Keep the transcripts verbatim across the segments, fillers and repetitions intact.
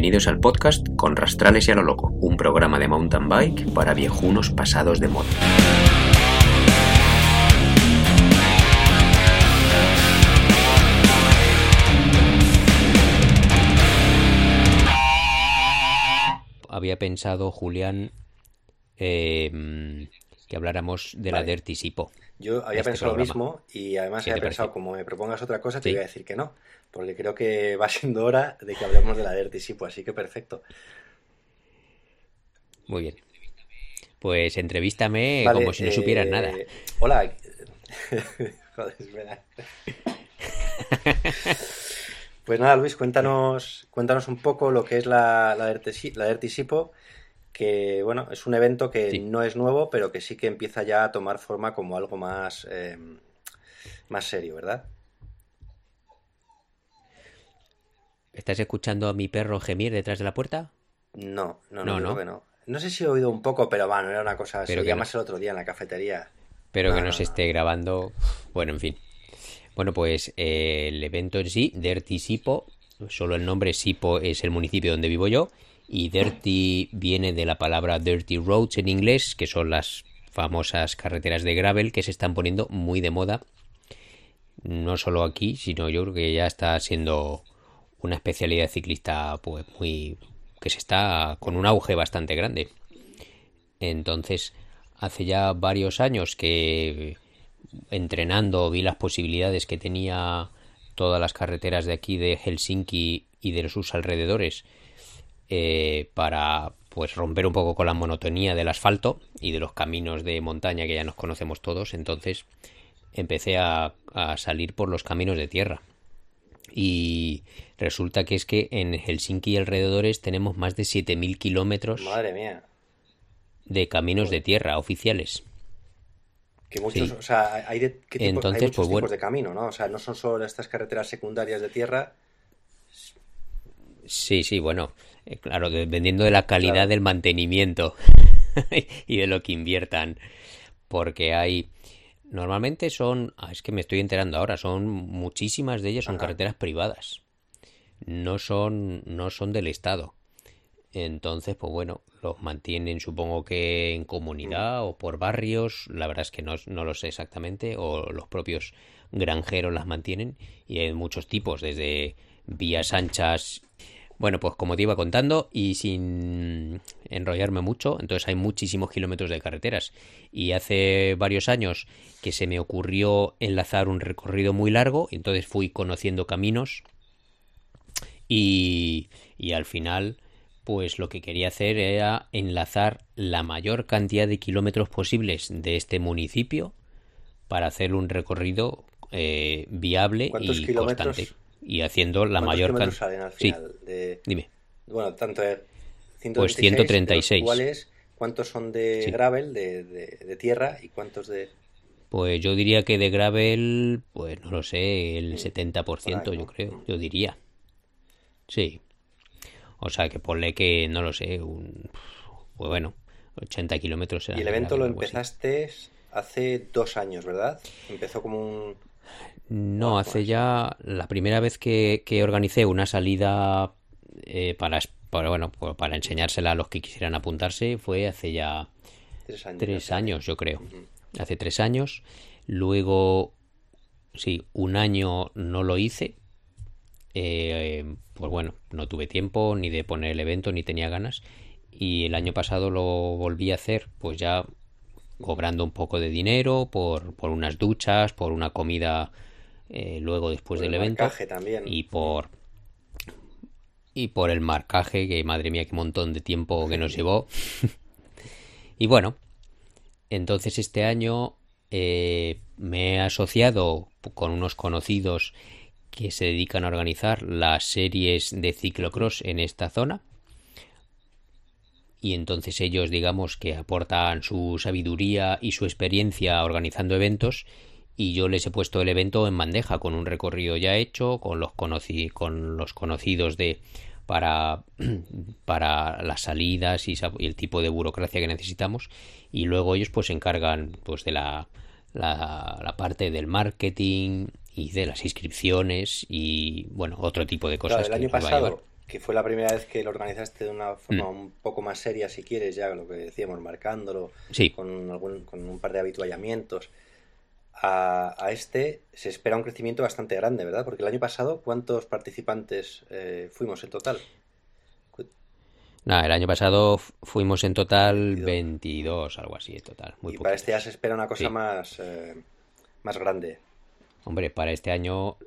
Bienvenidos al podcast Con Rastrales y a lo Loco, un programa de mountain bike para viejunos pasados de moda. Había pensado, Julián, eh, que habláramos de Vale. la Dirty Sipo. Yo había Este pensado lo programa. mismo y además ¿Qué había te pensado, parece? como me propongas otra cosa, te Sí, voy a decir que no, porque creo que va siendo hora de que hablemos de la Dirty Sipo, así que perfecto. muy bien. Pues entrevístame como Vale, si no supieras nada. eh... hola. Joder, espera. Pues nada, Luis, cuéntanos, cuéntanos un poco lo que es la, la Dirty, Si- la Dirty Sipo, que bueno, es un evento que Sí, no es nuevo, pero que sí que empieza ya a tomar forma como algo más, eh, más serio, ¿verdad? ¿estás escuchando a mi perro gemir detrás de la puerta? No, no, no, No, yo creo no, que no. No sé si he oído un poco, pero bueno, era una cosa, se pero oía que no, más el otro día en la cafetería. pero que No, no no, se no. esté grabando. Bueno, en fin. Bueno, pues eh, el evento en sí, Dirty Sipo, solo el nombre Sipo es el municipio donde vivo yo, y Dirty viene de la palabra Dirty Roads en inglés, que son las famosas carreteras de gravel que se están poniendo muy de moda, no solo aquí, sino yo creo que ya está siendo una especialidad ciclista pues muy que se está con un auge bastante grande. Entonces, hace ya varios años que entrenando vi las posibilidades que tenía todas las carreteras de aquí de Helsinki y de sus alrededores, eh, para pues romper un poco con la monotonía del asfalto y de los caminos de montaña que ya nos conocemos todos. Entonces empecé a, a salir por los caminos de tierra y resulta que es que en Helsinki y alrededores tenemos más de siete mil kilómetros Madre mía. de caminos de Joder. tierra oficiales. Que muchos, Sí, o sea, hay de, ¿qué tipo? Hay entonces pues muchos bueno, tipos de camino, ¿no? O sea, no son solo estas carreteras secundarias de tierra. sí, sí, bueno, eh, claro, dependiendo de la calidad Claro. del mantenimiento y de lo que inviertan, porque hay, normalmente son, ah, es que me estoy enterando ahora, son muchísimas de ellas son Ajá. carreteras privadas, no son, no son del Estado. Entonces, pues bueno, los mantienen supongo que en Mm. comunidad o por barrios, la verdad es que no, no lo sé exactamente, o los propios granjeros las mantienen y hay muchos tipos, desde vías anchas. Bueno, pues como te iba contando y sin enrollarme mucho, entonces hay muchísimos kilómetros de carreteras y hace varios años que se me ocurrió enlazar un recorrido muy largo, y entonces fui conociendo caminos y, y al final pues lo que quería hacer era enlazar la mayor cantidad de kilómetros posibles de este municipio para hacer un recorrido eh, viable ¿Cuántos y constante kilómetros, y haciendo la cuántos mayor kilómetros cantidad. salen al Sí, final? De, dime. bueno, tanto de Pues ciento treinta y seis, de los ciento treinta y seis. cuales, ¿cuántos son de Sí. gravel, de, de, de tierra, y cuántos de... Pues yo diría que de gravel, pues no lo sé, el Mm, setenta por por ahí, ciento yo ¿no? creo, Mm. yo diría. Sí. O sea que ponle que, no lo sé, un... Pues bueno, ochenta kilómetros Y serán el de evento lo gravel, algo así. empezaste hace dos años, ¿verdad? Empezó como un... o No, hace hace más, ¿no? ya la primera vez que, que organicé una salida, eh, para, para, bueno, pues para enseñársela a los que quisieran apuntarse fue hace ya Tres años me tres parece. años, yo creo. Ujú. Hace tres años. Luego, sí, un año no lo hice. Eh, pues bueno, no tuve tiempo ni de poner el evento ni tenía ganas. Y el año pasado lo volví a hacer, pues ya cobrando un poco de dinero por, por unas duchas, por una comida, eh, luego después Por el del evento marcaje también. y Mm. por y por el marcaje, que madre mía qué montón de tiempo que nos llevó. Y bueno, entonces este año eh, me he asociado con unos conocidos que se dedican a organizar las series de Ujú. ciclocross en esta zona, y entonces ellos digamos que aportan su sabiduría y su experiencia organizando eventos, y yo les he puesto el evento en bandeja con un recorrido ya hecho con los conocí con los conocidos de para para las salidas y, y el tipo de burocracia que necesitamos, y luego ellos pues se encargan pues de la, la la parte del marketing y de las inscripciones y bueno, otro tipo de Claro, cosas el que año nos va a llevar. pasado que fue la primera vez que lo organizaste de una Mm, forma un poco más seria, si quieres, ya lo que decíamos, marcándolo, sí, con, algún, con un par de habituallamientos. A, a este se espera un crecimiento bastante grande, ¿verdad? Porque el año pasado, ¿cuántos participantes eh, fuimos en total? Cu- nada, el año pasado fu- fuimos en total veintidós. veintidós, algo así, en total, muy Y para este ya poquitos. se espera una cosa Sí, más, eh, más grande. hombre, para este año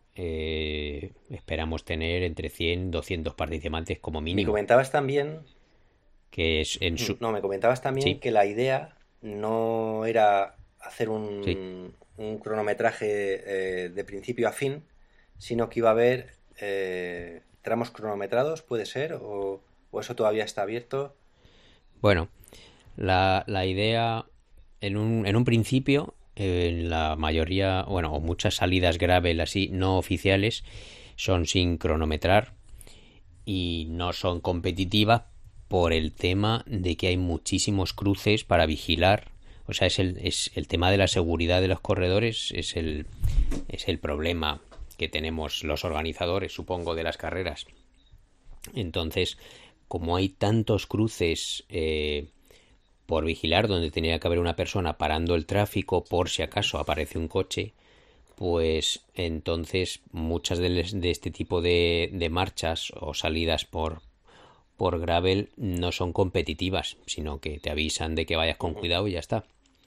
eh, esperamos tener entre cien y doscientos participantes como Me mínimo, comentabas también, que es en su... no, me comentabas también Sí, que la idea no era hacer sí. un, un cronometraje eh, de principio a fin, sino que iba a haber eh, tramos cronometrados, ¿puede ser? O, o eso todavía está abierto. Bueno, la, la idea en un, en un principio, en la mayoría, bueno, o muchas salidas gravel así, no oficiales, son sin cronometrar y no son competitivas por el tema de que hay muchísimos cruces para vigilar. O sea, es el, es el tema de la seguridad de los corredores, es el, es el problema que tenemos los organizadores, supongo, de las carreras. Entonces, como hay tantos cruces eh, por vigilar donde tenía que haber una persona parando el tráfico por si acaso aparece un coche, pues entonces muchas de, les- de este tipo de, de marchas o salidas por, por gravel no son competitivas, sino que te avisan de que vayas con Ujú. cuidado y ya está.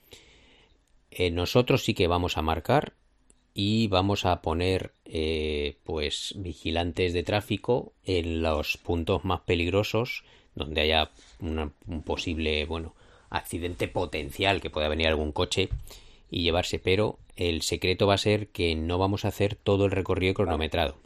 Eh, nosotros sí que vamos a marcar y vamos a poner eh, pues vigilantes de tráfico en los puntos más peligrosos donde haya una- un posible, bueno, accidente potencial, que pueda venir algún coche y llevarse, pero el secreto va a ser que no vamos a hacer todo el recorrido Vale. cronometrado,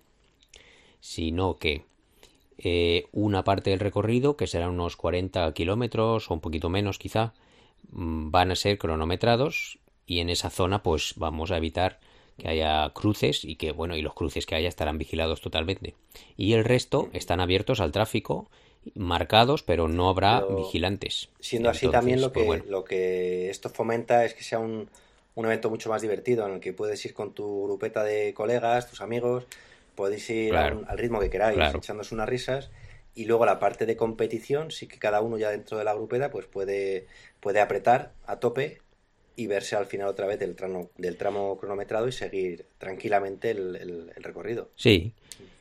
sino que eh, una parte del recorrido, que será unos cuarenta kilómetros o un poquito menos quizá, mm, van a ser cronometrados y en esa zona pues vamos a evitar que haya cruces y que bueno, y los cruces que haya estarán vigilados totalmente. Y el resto Ujú. están abiertos al tráfico, marcados, pero no habrá Pero vigilantes. siendo así también Entonces, lo pues que, bueno, lo que esto fomenta es que sea un, un evento mucho más divertido en el que puedes ir con tu grupeta de colegas, tus amigos, podéis ir a claro, un- al ritmo que queráis, claro. echándose unas risas y luego la parte de competición, sí que cada uno ya dentro de la grupeta pues puede, puede apretar a tope y verse al final otra vez del tramo, del tramo cronometrado y seguir tranquilamente el, el- el recorrido. Sí,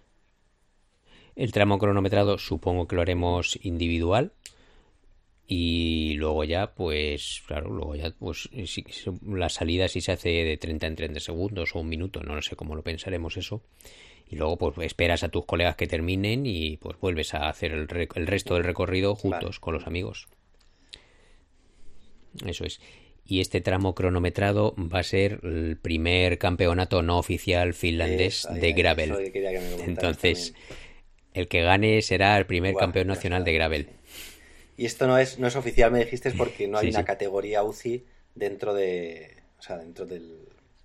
el tramo cronometrado supongo que lo Ujú. haremos individual. Y luego ya, pues, claro, luego ya, pues, si, si- la salida si se hace de treinta en treinta segundos o un minuto, no sé cómo lo pensaremos eso. Y luego, pues, esperas a tus colegas que terminen y, pues, vuelves a hacer el, re- el resto del recorrido Vale. juntos con los amigos. Eso es. Y este tramo cronometrado va a ser el primer campeonato no oficial finlandés Eso, ahí, de ahí, eso es gravel. lo que quería que me comentaras Entonces, también. el que gane será el primer Buah, campeón ya nacional de está, gravel. sí. Y esto no es, no es oficial, me dijiste, es porque no hay Sí, una sí. categoría U C I dentro de, o sea, dentro del...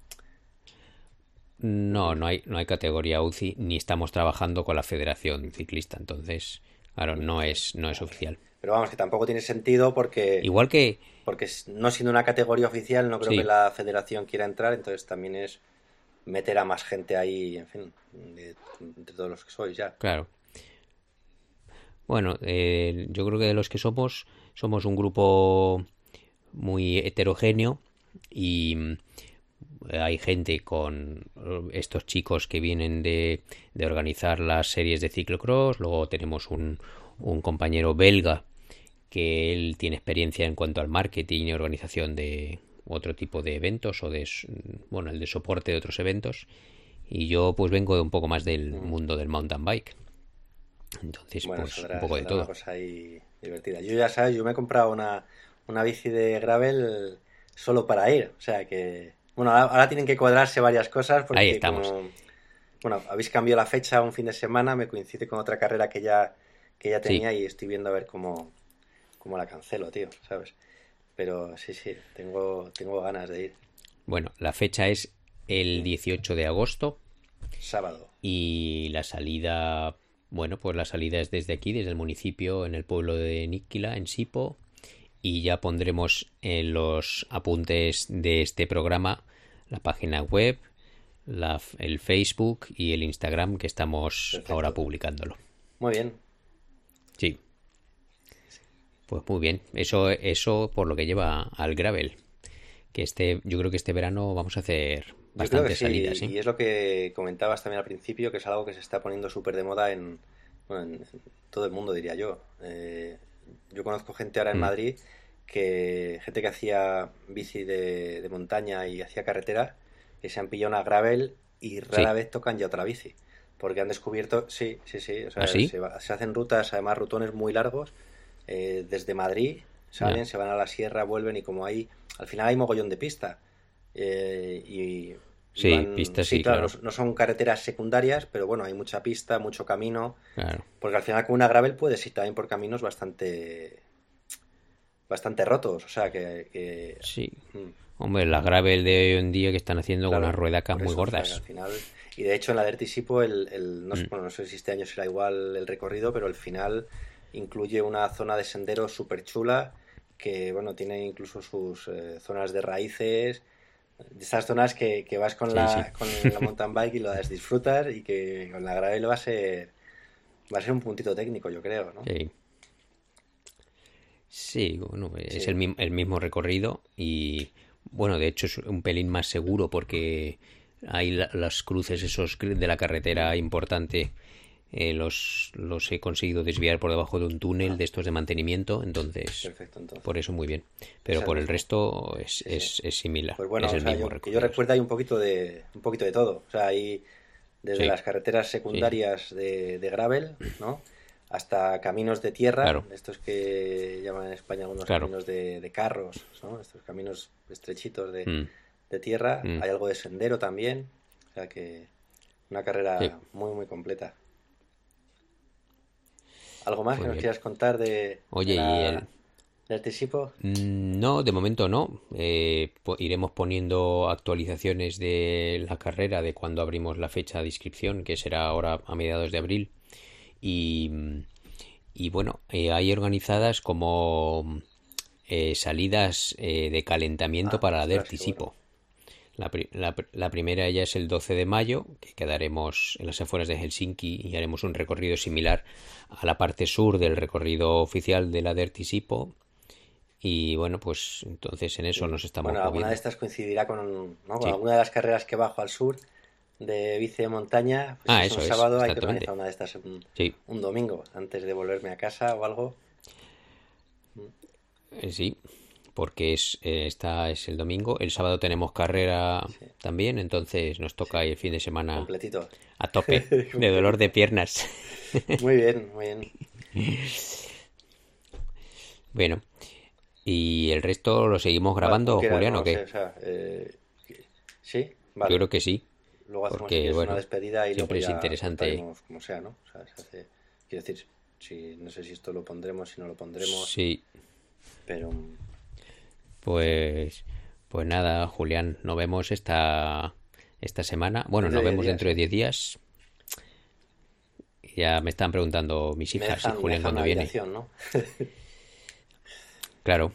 No, Ujú. no hay, no hay categoría U C I, ni estamos trabajando con la Federación Ciclista, entonces, claro, no es, no es Vale. oficial. Pero vamos, que tampoco tiene sentido porque, Igual que, porque no siendo una categoría oficial, no creo que sí, la federación quiera entrar, entonces también es meter a más gente ahí, en fin, de, de todos los que sois ya. claro. Bueno, eh, yo creo que de los que somos, somos un grupo muy heterogéneo y mm, hay gente con eh, estos chicos que vienen de, de organizar las series de ciclocross, luego tenemos un, un compañero belga que él tiene experiencia en cuanto al marketing y organización de otro tipo de eventos o de, bueno, el de soporte de otros eventos. Y yo pues vengo de un poco más del Ujú. mundo del mountain bike. Entonces, Bueno, pues un saldrá, poco de saldrá una todo. cosa ahí divertida. Yo ya sabes, yo me he comprado una, una bici de gravel solo para ir. O sea que, bueno, ahora, ahora tienen que cuadrarse varias cosas Ahí porque estamos. como, bueno, habéis cambiado la fecha un fin de semana, me coincide con otra carrera que ya, que ya Sí. tenía y estoy viendo a ver cómo, cómo la cancelo, tío, ¿sabes? Pero sí, sí, tengo, tengo ganas de ir. Bueno, la fecha es el Sí, dieciocho de agosto sábado. y la salida, bueno, pues la salida es desde aquí, desde el municipio, en el pueblo de Níquila, en Sipo, y ya pondremos en los apuntes de este programa la página web, la, el Facebook y el Instagram que estamos ahora Perfecto. publicándolo. Muy bien. Sí. Pues muy bien. Eso, eso por lo que lleva al gravel. Que este, yo creo que este verano vamos a hacer Yo creo que bastantes sí, salidas, ¿eh? y es lo que comentabas también al principio, que es algo que se está poniendo súper de moda en, bueno, en, en todo el mundo, diría yo. Eh, yo conozco gente ahora en Mm, Madrid, que gente que hacía bici de, de montaña y hacía carretera, que se han pillado una gravel y rara sí. vez tocan ya otra bici, porque han descubierto, sí, sí, sí, o ¿Ah, sea, sí? se, va- se hacen rutas, además rutones muy largos, eh, desde Madrid Ya. salen, se van a la sierra, vuelven y como hay, al final hay mogollón de pista. Eh, y, y Sí, van, pistas sí, sí, claro, no, claro. no son carreteras secundarias, pero bueno, hay mucha pista, mucho camino, Claro. porque al final con una gravel puedes ir también por caminos bastante, bastante rotos, o sea que, que- Sí. mm, Hombre, las gravel de hoy en día que están haciendo con unas claro, ruedacas por muy eso, o sea que al gordas. final, y de hecho en la Dirty Sipo, el, el- no, sé- Mm, bueno, no sé si este año será igual el recorrido, pero el final incluye una zona de sendero súper chula, que bueno, tiene incluso sus eh, zonas de raíces, de esas zonas que, que vas con sí, sí. la, con la mountain bike y las disfrutas, y que con la gravel va a ser, va a ser un puntito técnico, yo creo, ¿no? Sí. Sí, bueno, es el, Sí, mi- el mismo recorrido y bueno, de hecho es un pelín más seguro porque hay la- las cruces esos cr- de la mm, carretera importante, eh, los, los he conseguido desviar por debajo de un túnel ah, de estos de mantenimiento, entonces perfecto, entonces. por eso muy bien. Es Pero el por el mismo, resto es, sí, sí. es, es similar, Pues es bueno, o el sea, mismo yo, que yo recorrido, sí. recuerdo hay un poquito de, un poquito de todo. O sea, hay desde Sí, las carreteras sí, sí, secundarias de, de gravel, ¿no? Hasta caminos de tierra, claro, estos que llaman en España algunos claro. caminos de, de carros, ¿no? Estos caminos estrechitos de, Mm, de tierra. mm, Hay algo de sendero también. O sea que una sí, carrera muy, muy completa. ¿Algo más que muy nos bien. quieras contar de, de Oye, y la, el, del Tisipo? Mm, no, de momento no. Eh, po- iremos poniendo actualizaciones de la carrera de cuando abrimos la fecha de inscripción, que será ahora a mediados de abril. Y, y bueno, eh, hay organizadas como eh, salidas eh, de calentamiento Ah, para la ostras, Dirty qué bueno. Sipo. La, pri- la pr- la primera ya es el doce de mayo, que quedaremos en las afueras de Helsinki y haremos un recorrido similar a la parte sur del recorrido oficial de la Dirty Sipo. Y bueno, pues entonces en eso Y nos estamos bueno, alguna de moviendo. estas coincidirá con, ¿no? Con Sí. alguna de las carreras que bajo al sur de bici de montaña. Pues si Ah, es un eso es, sábado, hay que exactamente. organizar una de estas un, Sí, un domingo antes de volverme a casa o algo. eh, sí, porque es eh, esta es el domingo. El sábado tenemos carrera Sí, también, entonces nos sí, toca ir el fin de semana completito. a tope de dolor de Completito. piernas. Muy bien, muy bien. Bueno, y el resto lo seguimos Bueno, como grabando, quieras, no Julián, ¿o lo sé, qué? o sea, eh, sí, Yo vale. creo que sí, Luego hacemos si porque quieres una bueno, despedida y luego siempre es ya interesante. cortaremos como sea, ¿no? O sea, se hace, quiero decir, si, no sé si esto lo pondremos, si no lo pondremos, Sí, pero mm, pues pues nada, Julián, nos vemos esta esta semana. Bueno, dentro nos de diez vemos días, dentro de ¿eh? diez días. Ya me están preguntando mis Me hijas y dejan, me Julián dejan una cuándo viene. habitación, ¿no? Claro.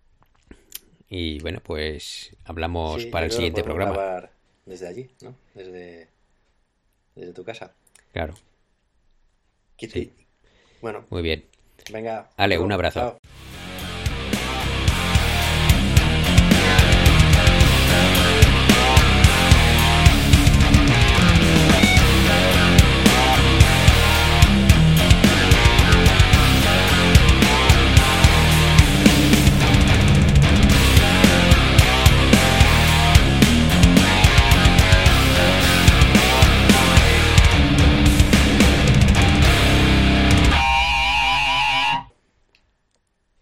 Y bueno, pues hablamos Sí, yo para el creo que lo siguiente podemos programa. grabar desde allí, ¿no? Desde, desde tu casa. Claro. Kitty. Sí. Bueno, Muy bien. venga, Ale, un amigo, abrazo. chao.